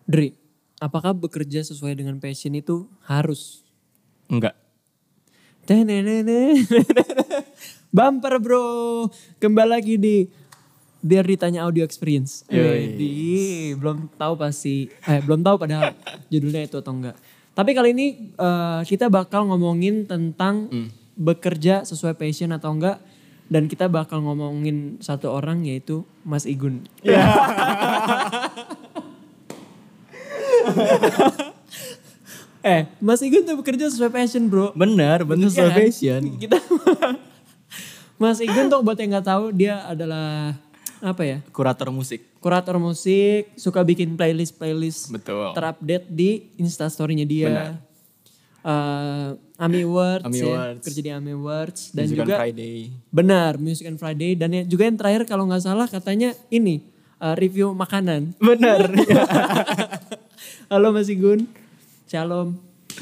Dri, apakah bekerja sesuai dengan passion itu harus? Enggak. Bumper bro, kembali lagi di biar ditanya audio experience. Belum tahu pasti, belum tahu padahal judulnya itu atau enggak. Tapi kali ini kita bakal ngomongin tentang bekerja sesuai passion atau enggak. Dan kita bakal ngomongin satu orang yaitu Mas Igun. Mas Igun tuh bekerja sesuai passion bro. Benar sesuai kan? passion. Kita Mas Igun tuh buat yang nggak tahu dia adalah apa ya? Kurator musik. Kurator musik, suka bikin playlist Betul. terupdate di Instastory-nya dia. Benar. AMI Awards, AMI ya, Awards. kerja di AMI Awards dan Music on juga Friday. benar Music on Friday dan juga yang terakhir kalau nggak salah katanya ini review makanan. Benar. Halo Mas Igun, shalom.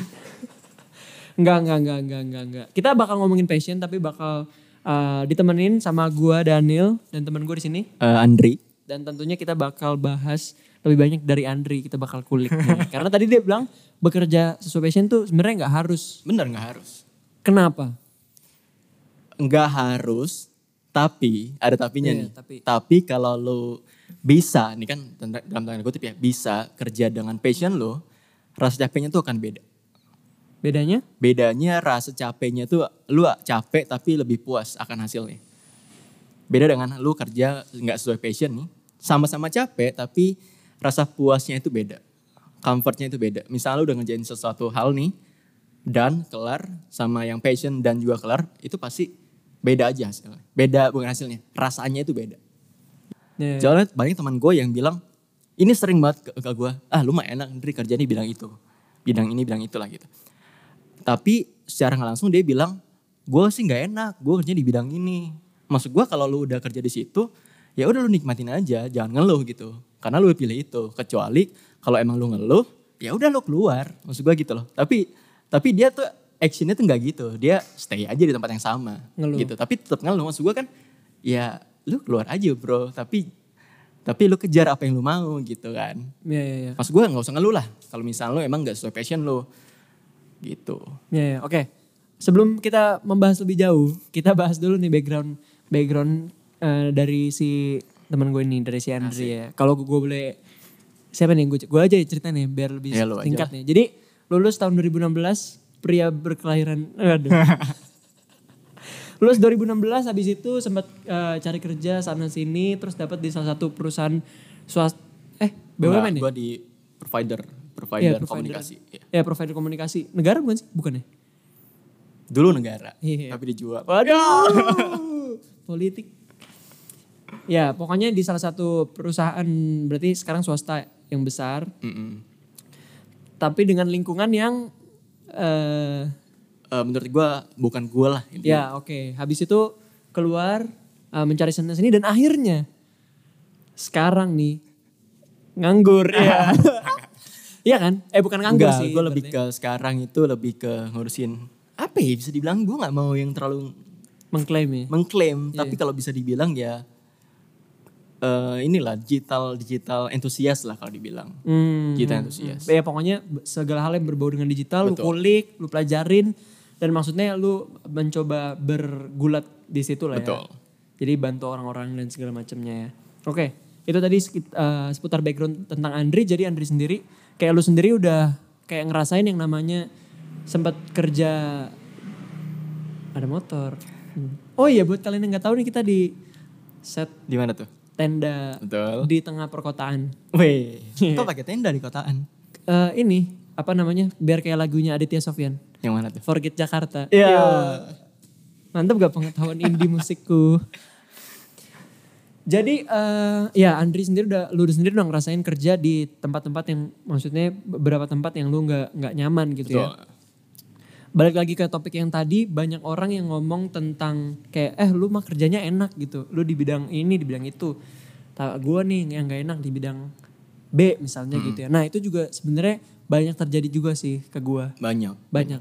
Enggak. Kita bakal ngomongin passion tapi bakal ditemenin sama gua Daniel dan teman gua di sini. Andri. Dan tentunya kita bakal bahas lebih banyak dari Andri, kita bakal kulik nih. Karena tadi dia bilang bekerja sesuai passion tuh sebenarnya nggak harus. Benar nggak harus. Kenapa? Nggak harus, tapi ada tapinya Iya, nih. tapi. Tapi kalau lo bisa, nih kan dalam tanda kutip ya, bisa kerja dengan passion lo, rasa capeknya tuh akan beda. Bedanya? Bedanya rasa capeknya tuh lu capek tapi lebih puas akan hasilnya. Beda dengan lu kerja nggak sesuai passion nih, sama-sama capek tapi rasa puasnya itu beda. Comfortnya itu beda. Misalnya lu udah ngerjain sesuatu hal nih, dan kelar sama yang passion dan juga kelar, itu pasti beda aja hasilnya. Beda bukan hasilnya, rasanya itu beda. Yeah. Soalnya banyak teman gue yang bilang, ini sering banget ke gue, lu mah enak Ndri kerja nih bidang itu. Bidang ini, bidang itulah gitu. Tapi secara gak langsung dia bilang, gue sih gak enak, gue kerja di bidang ini. Maksud gue kalau lu udah kerja di situ, ya udah lu nikmatin aja, jangan ngeluh gitu. Karena lu pilih itu, kecuali kalau emang lu ngeluh, ya udah lu keluar. Maksud gue gitu loh. Tapi dia tuh actionnya tuh gak gitu, dia stay aja di tempat yang sama. Ngeluh. Gitu. Tapi tetap ngeluh, maksud gue kan, ya lu keluar aja bro, tapi lu kejar apa yang lu mau gitu kan. Iya. Maksud gue gak usah ngeluh lah, kalau misalnya lu emang gak sesuai passion lu. Gitu. Iya. Oke. Sebelum kita membahas lebih jauh, kita bahas dulu nih background dari si teman gue ini, dari si Andri ya. Kalau gue boleh, siapa nih? Gue aja cerita nih biar lebih Ya, lu aja singkat lah. nih. Jadi lulus tahun 2016, pria berkelahiran, lulus 2016 habis itu sempat cari kerja sana sini, terus dapat di salah satu perusahaan swasta, BUMN ya? Gue di provider Iya, komunikasi. Ya provider komunikasi. Negara bukan sih? Bukan ya? Dulu negara, Iya. tapi dijual. Waduh. Politik. Ya pokoknya di salah satu perusahaan berarti sekarang swasta yang besar. Tapi dengan lingkungan yang Menurut gue bukan gue lah. ya oke. Habis itu keluar mencari sana sini dan akhirnya sekarang nih nganggur ya. Iya kan? Bukan nganggur Enggak, sih. gue lebih berarti. ke sekarang itu lebih ke ngurusin apa ya bisa dibilang gue nggak mau yang terlalu Mengklaim ya. mengklaim, Iya. tapi kalau bisa dibilang ya inilah digital entusias lah kalau dibilang. Digital entusias. Ya pokoknya segala hal yang berbau dengan digital lu Betul. kulik, lu pelajarin dan maksudnya lu mencoba bergulat di situ lah ya. Betul. Jadi bantu orang-orang dan segala macamnya ya. Oke, itu tadi seputar background tentang Andri. Jadi Andri sendiri, kayak lu sendiri udah kayak ngerasain yang namanya sempat kerja ada motor. Oh iya buat kalian yang nggak tahu nih kita di set Di mana tuh? tenda Betul. di tengah perkotaan. Weh, kok pakai tenda di kotaan? Ini apa namanya biar kayak lagunya Aditya Sofyan, Yang mana tuh? Forget Jakarta. Iya. Mantap gak pengetahuan indie musikku. Jadi ya Andri sendiri lu sendiri udah ngerasain kerja di tempat-tempat yang maksudnya beberapa tempat yang lu nggak nyaman gitu ya. Betul. Balik lagi ke topik yang tadi, banyak orang yang ngomong tentang kayak lu mah kerjanya enak gitu. Lu di bidang ini, di bidang itu. Gue nih yang gak enak di bidang B misalnya gitu ya. Nah itu juga sebenarnya banyak terjadi juga sih ke gue. Banyak.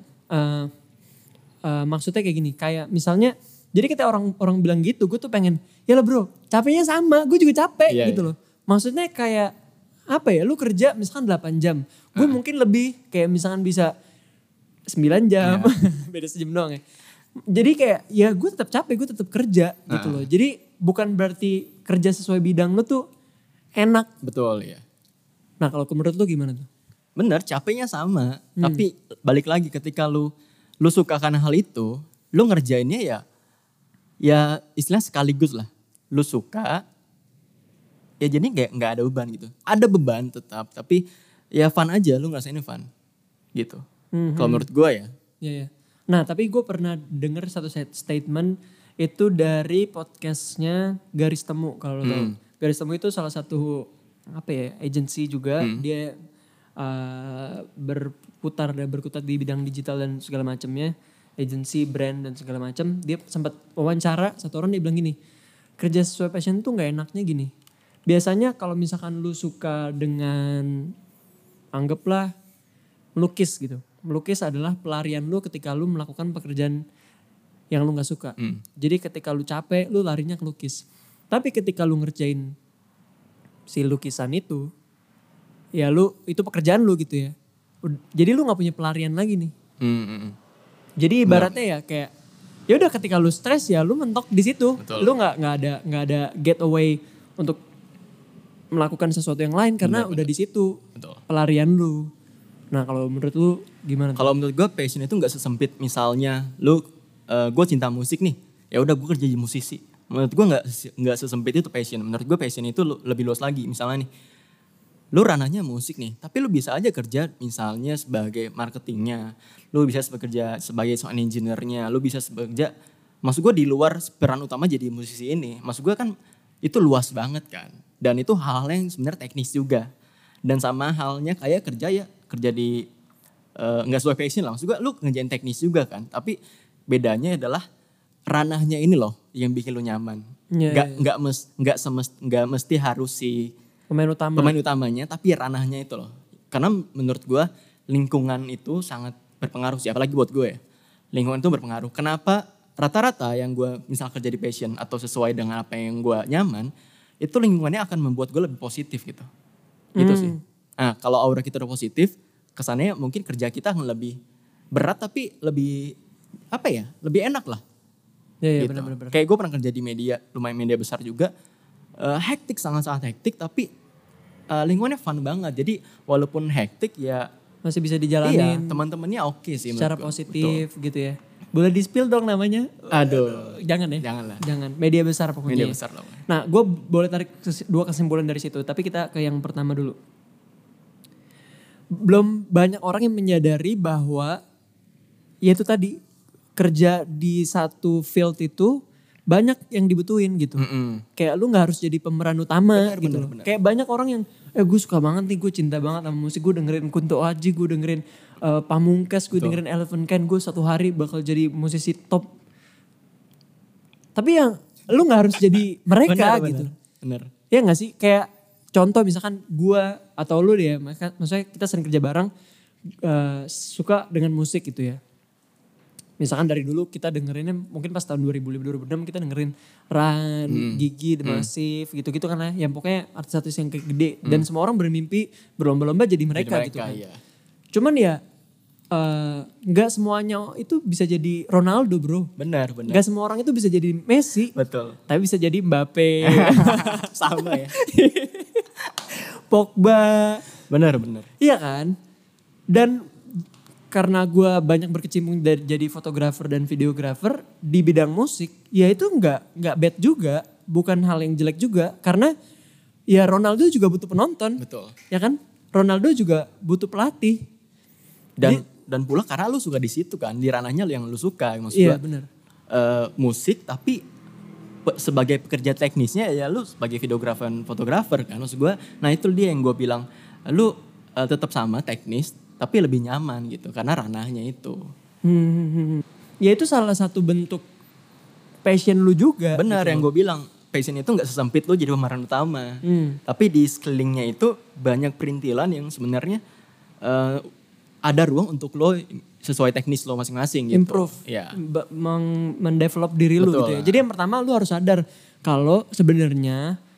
Maksudnya kayak gini, kayak misalnya, jadi kita orang bilang gitu, gue tuh pengen, ya lah bro, capeknya sama, gue juga capek Iya, gitu iya. loh. Maksudnya kayak apa ya, lu kerja misalkan 8 jam. Gue mungkin lebih kayak misalkan bisa 9 jam. Beda sejam doang ya. Jadi kayak ya gue tetap capek, gue tetap kerja gitu loh. Jadi bukan berarti kerja sesuai bidang lu tuh enak. Betul ya. Nah kalau menurut lu gimana tuh? Bener, capeknya sama. Tapi balik lagi ketika lu suka karena hal itu, lu ngerjainnya ya istilah sekaligus lah. Lu suka, ya jadi nggak ada beban gitu. Ada beban tetap, tapi ya fun aja, lu ngerasain fun gitu. Kalau menurut gue ya. Iya. Nah tapi gue pernah denger satu statement itu dari podcastnya Garis Temu kalau lo tahu. Garis Temu itu salah satu apa ya, agency juga. Dia berkutat di bidang digital dan segala macamnya, agency, brand dan segala macam. Dia sempat wawancara satu orang, dia bilang gini, kerja sesuai passion tuh nggak enaknya gini. Biasanya kalau misalkan lu suka dengan, anggaplah melukis gitu. Melukis adalah pelarian lu ketika lu melakukan pekerjaan yang lu nggak suka. Jadi ketika lu capek, lu larinya ke lukis. Tapi ketika lu ngerjain si lukisan itu, ya lu itu pekerjaan lu gitu ya. Jadi lu nggak punya pelarian lagi nih. Jadi ibaratnya ya kayak, ya udah ketika lu stres ya lu mentok di situ. Betul. Lu nggak ada getaway untuk melakukan sesuatu yang lain karena udah di situ pelarian lu. Nah kalau menurut lu gimana? Kalau menurut gue passion itu nggak sesempit misalnya lu, gue cinta musik nih, ya udah gue kerja jadi musisi. Menurut gue nggak sesempit itu passion. Menurut gue passion itu lebih luas lagi. Misalnya nih, lu ranahnya musik nih, tapi lu bisa aja kerja misalnya sebagai marketingnya, lu bisa bekerja sebagai sound engineer-nya, lu bisa bekerja, maksud gue di luar peran utama jadi musisi ini. Maksud gue kan itu luas banget kan. Dan itu hal-hal yang sebenarnya teknis juga. Dan sama halnya kayak kerja di nggak sesuai passion lah. Maksud gue lu ngerjain teknis juga kan. Tapi bedanya adalah ranahnya ini loh yang bikin lu nyaman. Nggak mesti harus si pemain utamanya, tapi ranahnya itu loh. Karena menurut gue lingkungan itu sangat berpengaruh sih. Apalagi buat gue ya. Lingkungan itu berpengaruh. Kenapa rata-rata yang gue misal kerja di passion atau sesuai dengan apa yang gue nyaman, itu lingkungannya akan membuat gue lebih positif gitu. Gitu sih. Nah kalau aura kita udah positif, kesannya mungkin kerja kita akan lebih berat tapi lebih apa ya, lebih enak lah. Iya gitu. benar-benar. Kayak gue pernah kerja di media, lumayan media besar juga. Hektik, sangat-sangat hektik tapi lingkungannya fun banget. Jadi walaupun hektik ya masih bisa dijalanin. Iya, teman-temannya oke sih. Secara positif gitu ya. Boleh di-spill dong namanya? Aduh. Jangan ya? Janganlah. Jangan. Media besar pokoknya. Media besar lah. Nah gue boleh tarik 2 kesimpulan dari situ. Tapi kita ke yang pertama dulu. Belum banyak orang yang menyadari bahwa ya itu tadi, kerja di satu field itu banyak yang dibutuhin gitu. Kayak lu gak harus jadi pemeran utama gitu. Bener. Kayak banyak orang yang gue suka banget nih, gue cinta banget sama musik. Gue dengerin Kunto Aji, gue dengerin Pamungkas, gue dengerin Elephant Can. Gue suatu hari bakal jadi musisi top. Tapi yang lu gak harus jadi mereka gitu. Bener. Ya gak sih? Kayak contoh misalkan gue atau lu deh, maksudnya kita sering kerja bareng, suka dengan musik gitu ya. Misalkan dari dulu kita dengerinnya mungkin pas tahun 2005-2006 kita dengerin Ran, Gigi, The Massive gitu-gitu kan ya. Yang pokoknya artis-artis yang gede. Dan semua orang bermimpi berlomba-lomba jadi mereka gitu kan. Iya. Cuman ya gak semuanya itu bisa jadi Ronaldo bro. Benar. Gak semua orang itu bisa jadi Messi. Betul. Tapi bisa jadi Mbappe. Sama ya. Pogba. Benar. Iya kan? Dan karena gue banyak berkecimpung jadi fotografer dan videografer di bidang musik, ya itu nggak bad juga, bukan hal yang jelek juga, karena ya Ronaldo juga butuh penonton, betul, ya kan? Ronaldo juga butuh pelatih, dan pula karena lu suka di situ kan, di ranahnya yang lu suka, maksud iya, gue, benar. Musik tapi sebagai pekerja teknisnya ya lu sebagai videografer, fotografer kan, maksud gue, nah itu dia yang gue bilang, lu tetap sama teknis tapi lebih nyaman gitu karena ranahnya itu. Ya itu salah satu bentuk passion lu juga. Benar gitu. yang gue bilang, passion itu gak sesempit lu jadi pemeran utama. Tapi di sekelilingnya itu banyak perintilan yang sebenarnya ada ruang untuk lo sesuai teknis lo masing-masing gitu. Improve, ya. mendevelop diri lu gitu ya. Jadi yang pertama lu harus sadar kalau sebenarnya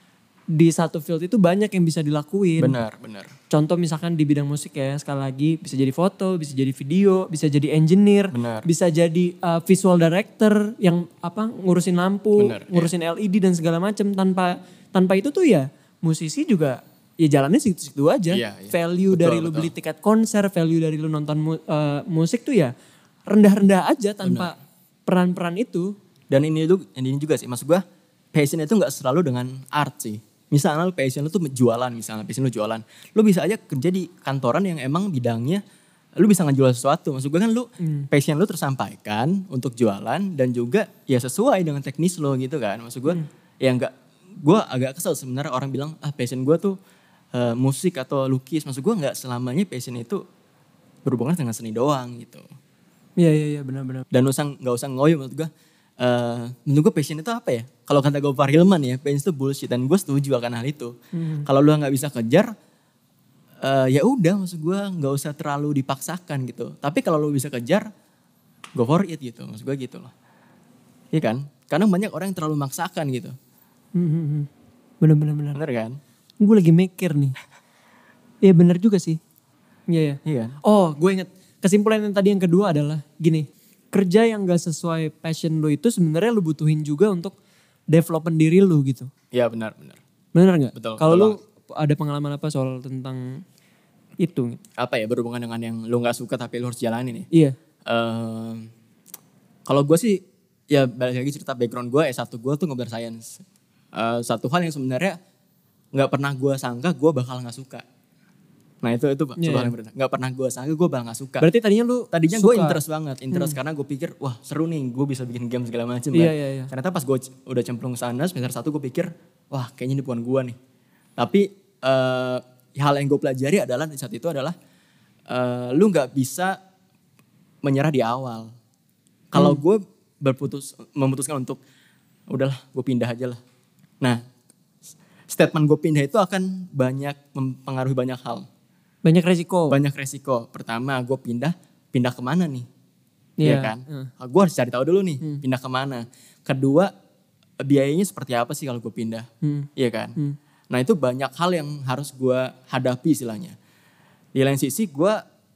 di satu field itu banyak yang bisa dilakuin. Benar. Contoh misalkan di bidang musik ya, sekali lagi bisa jadi foto, bisa jadi video, bisa jadi engineer, Benar. bisa jadi visual director yang ngurusin lampu, Benar, ngurusin LED dan segala macam. Tanpa itu tuh ya musisi juga ya jalannya situ-situ aja. Iya. Value Betul, dari lu betul. beli tiket konser, value dari lu nonton musik tuh ya rendah-rendah aja tanpa peran-peran itu. Dan ini juga sih, maksud gue passion itu gak selalu dengan art sih. Misalnya passion lu tuh jualan, passion lu jualan. Lu bisa aja kerja di kantoran yang emang bidangnya lu bisa ngejual sesuatu. Maksud gue kan lu passion lu tersampaikan untuk jualan dan juga ya sesuai dengan teknis lo gitu kan. Maksud gue ya enggak, gue agak kesel sebenarnya orang bilang passion gue tuh musik atau lukis. Maksud gue gak selamanya passion itu berhubungan dengan seni doang gitu. Iya benar-benar. Dan gak usah ngoyo menurut gue. Menurut gue passion itu apa ya? Kalau kata Gofar Hilman ya, passion itu bullshit. Dan gue setuju akan hal itu. Kalau lu gak bisa kejar, ya udah maksud gue gak usah terlalu dipaksakan gitu. Tapi kalau lu bisa kejar, go for it gitu. Maksud gue gitu loh. Iya kan? Karena banyak orang yang terlalu memaksakan gitu. Benar. Bener kan? Gue lagi mikir nih. Iya benar juga sih. Iya. Iya. Oh gue inget. Kesimpulan yang tadi yang kedua adalah gini. Kerja yang gak sesuai passion lu itu sebenarnya lu butuhin juga untuk development diri lu gitu. Iya benar. Bener gak? Betul. Kalau lu ada pengalaman apa soal tentang itu? Apa ya, berhubungan dengan yang lu gak suka tapi lu harus jalani nih. Iya. Kalau gue sih, ya balik lagi cerita background gue, S1 gue tuh computer science. Satu hal yang sebenarnya gak pernah gue sangka gue bakal gak suka. Nah itu sebuah hal yang berbeda. Gak pernah gue sangka gue bakal gak suka. Berarti tadinya gue interest banget. Karena gue pikir wah seru nih gue bisa bikin game segala macam. Iya. Ternyata pas gue udah cemplung sana semester 1 gue pikir wah kayaknya ini bukan gue nih. Tapi hal yang gue pelajari adalah di saat itu adalah lu gak bisa menyerah di awal. Kalau gue memutuskan untuk udahlah gue pindah aja lah. Nah statement gue pindah itu akan mempengaruhi banyak hal. Banyak resiko. Pertama gue pindah kemana nih? Iya kan? Gue harus cari tahu dulu nih pindah kemana. Kedua biayanya seperti apa sih kalau gue pindah? Iya kan? Nah itu banyak hal yang harus gue hadapi istilahnya. Di lain sisi gue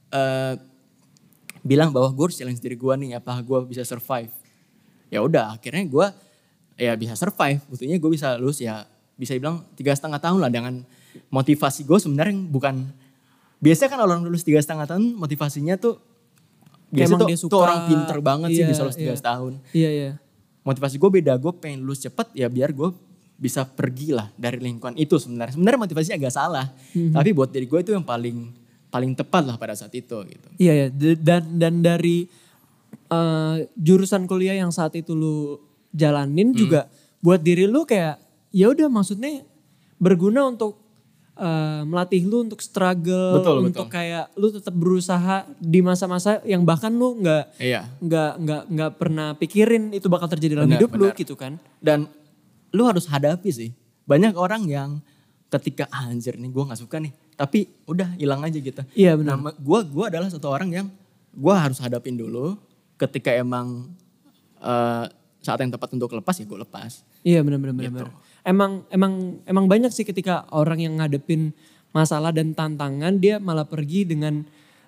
bilang bahwa gue harus challenge diri gue nih. Apa gue bisa survive? Ya udah akhirnya gue ya bisa survive. Buktinya gue bisa lulus ya bisa dibilang 3,5 tahun lah dengan motivasi gue sebenarnya bukan. Biasanya kan orang lulus 3,5 tahun motivasinya tuh biasa tuh orang pinter banget sih bisa lulus 3 tahun. Iya. Motivasi gue beda, gue pengen lulus cepet ya biar gue bisa pergi lah dari lingkungan itu sebenarnya. Sebenarnya motivasinya agak salah, tapi buat diri gue itu yang paling tepat lah pada saat itu gitu. Iya. Dan dari jurusan kuliah yang saat itu lu jalanin juga buat diri lu kayak ya udah maksudnya berguna untuk melatih lu untuk struggle, untuk kayak lu tetap berusaha di masa-masa yang bahkan lu nggak pernah pikirin itu bakal terjadi dalam hidup lu gitu kan. Dan lu harus hadapi sih. Banyak orang yang ketika anjir nih gue nggak suka nih, tapi udah hilang aja gitu. Iya benar. Nah, gue adalah satu orang yang gue harus hadapin dulu. Ketika emang saat yang tepat untuk lepas ya gue lepas. Iya benar. Emang banyak sih ketika orang yang ngadepin masalah dan tantangan dia malah pergi dengan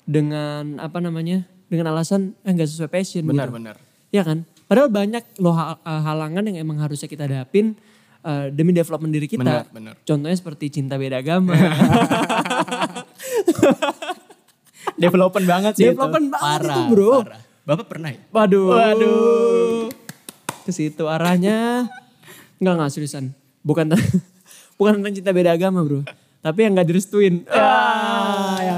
dengan alasan nggak sesuai passion. Benar. Ya kan? Padahal banyak loh halangan yang emang harusnya kita hadapin demi development diri kita. Benar. Contohnya seperti cinta beda agama. Development banget sih Development itu. banget itu bro. Parah. Bapak pernah ya? Waduh. Ke situ arahnya. Enggak seriusan. Bukan tentang cinta beda agama bro. Tapi yang gak direstuin. Ya.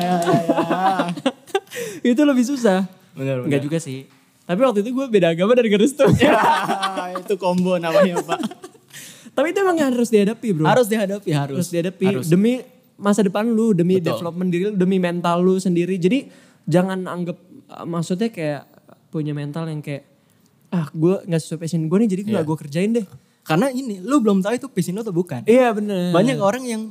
Itu lebih susah. Benar. Enggak juga sih. Tapi waktu itu gue beda agama dan gak restu. Itu combo namanya Pak. Tapi itu emang harus dihadapi bro. Harus dihadapi. Demi masa depan lu, demi development diri lu, demi mental lu sendiri. Jadi jangan anggap, maksudnya kayak punya mental yang kayak, gue gak sesuai passion gue nih jadi gak gue kerjain deh. Karena ini, lu belum tahu itu passion lu atau bukan. Iya bener. Banyak orang yang,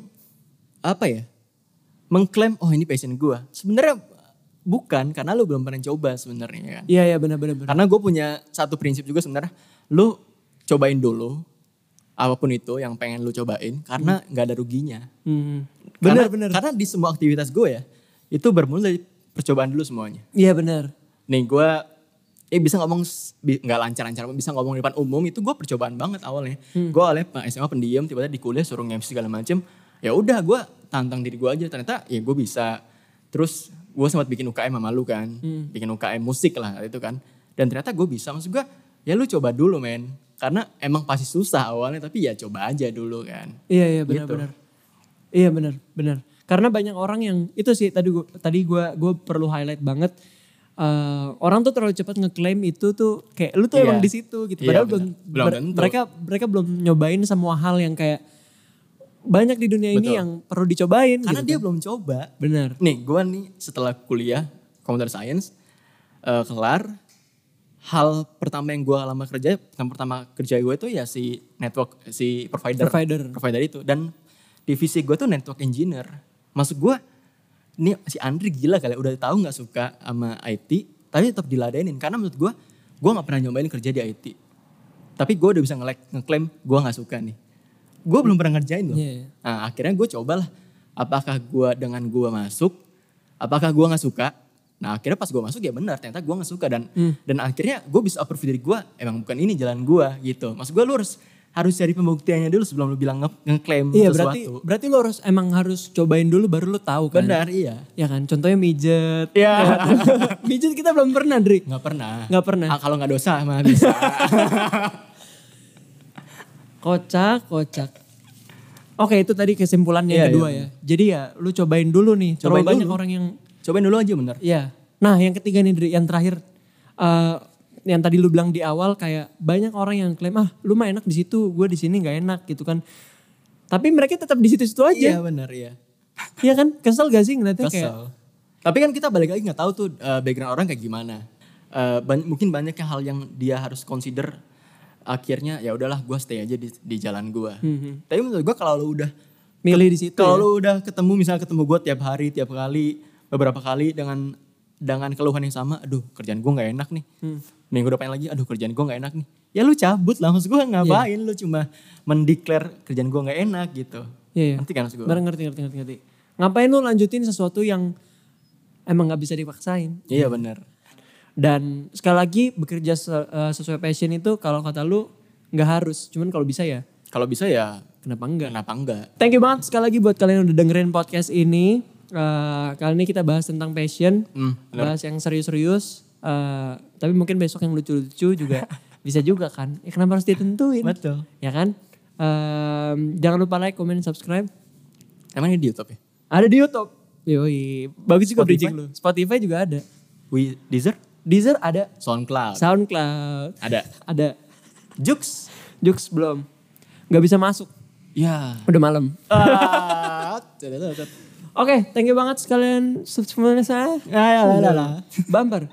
mengklaim, oh ini passion gue. Sebenarnya bukan, karena lu belum pernah coba sebenarnya kan. Iya benar. Karena gue punya satu prinsip juga sebenarnya, lu cobain dulu. apapun itu yang pengen lu cobain karena nggak ada ruginya. Bener. Karena di semua aktivitas gue ya itu bermula dari percobaan dulu semuanya. Iya benar. Nih gue bisa ngomong nggak lancar-lancar, bisa ngomong di depan umum itu gue percobaan banget awalnya. Gue awalnya SMA pendiam, tiba-tiba di kuliah suruh MC segala macem. Ya udah gue tantang diri gue aja, ternyata ya gue bisa. Terus gue sempat bikin UKM sama lu kan, bikin UKM musik lah itu kan. Dan ternyata gue bisa, maksud gue ya lu coba dulu men. Karena emang pasti susah awalnya, tapi ya coba aja dulu kan. Iya benar-benar. Iya benar. Karena banyak orang yang itu sih tadi gue perlu highlight banget. Orang tuh terlalu cepat ngeklaim itu tuh kayak lu tuh emang di situ gitu. Padahal mereka belum nyobain semua hal yang kayak banyak di dunia ini yang perlu dicobain. Karena gitu dia kan. belum coba. Benar. Nih gue nih setelah kuliah computer science kelar, hal pertama yang gue lama kerja, pertama kerja gue itu ya si provider itu. Dan divisi gue tuh network engineer. Maksud gue, ini si Andri gila kali udah tahu nggak suka sama IT, tapi tetap diladenin. Karena menurut gue nggak pernah nyobain kerja di IT. Tapi gue udah bisa ngeklaim gue nggak suka nih. Gue belum pernah ngerjain loh. Yeah. Nah akhirnya gue cobalah, apakah dengan gue masuk, apakah gue nggak suka. Nah akhirnya pas gue masuk ya benar, ternyata gue gak suka. Dan akhirnya gue bisa approve diri gue, emang bukan ini jalan gue gitu. Maksud gue lu harus cari pembuktiannya dulu sebelum lu bilang ngeklaim sesuatu. Berarti lu harus cobain dulu baru lu tahu kan. Benar, iya. Ya kan, contohnya mijet. Iya. Mijet kita belum pernah, Dri. Gak pernah. Kalau gak dosa mah bisa. Kocak. Oke, itu tadi kesimpulannya yang kedua ya. Jadi ya lu cobain dulu nih. Terlalu banyak orang yang cobain dulu aja bener. Iya. Nah yang ketiga nih Dri, yang terakhir. Yang tadi lu bilang di awal kayak banyak orang yang klaim lu mah enak di situ, gue di sini nggak enak gitu kan. Tapi mereka tetap di situ-situ aja. Iya benar ya. Iya kan, kesel gak sih ngeliatnya kayak. Kayak. Tapi kan kita balik lagi nggak tahu tuh background orang kayak gimana. Mungkin banyak hal yang dia harus consider. Akhirnya ya udahlah gue stay aja di jalan gue. Tapi menurut gue kalau lu udah milih di situ, kalau lu udah ketemu gue tiap kali, beberapa kali dengan keluhan yang sama, aduh kerjaan gue nggak enak nih. Minggu depan lagi, aduh kerjaan gue gak enak nih. Ya lu cabut lah, maksud gue ngapain lu cuma mendeklar kerjaan gue gak enak gitu. Iya. Ngerti kan maksud gue? Ngerti. Ngapain lu lanjutin sesuatu yang emang gak bisa dipaksain. Iya benar. Dan sekali lagi bekerja sesuai passion itu kalau kata lu gak harus. Cuman kalau bisa ya. Kalau bisa ya kenapa enggak. Thank you banget sekali lagi buat kalian yang udah dengerin podcast ini. Kali ini kita bahas tentang passion. Bahas yang serius-serius. Tapi mungkin besok yang lucu-lucu juga bisa juga kan. Ya kenapa harus ditentuin? Betul. Ya kan? Jangan lupa like, comment, subscribe. Emang ini di YouTube ya? Ada di YouTube. Yoi. Bagus juga bridging lu. Spotify juga ada. Deezer ada. SoundCloud. Ada. Jux belum. Gak bisa masuk. Ya. Udah malam. Oke, thank you banget sekalian semuanya saya. Bumper.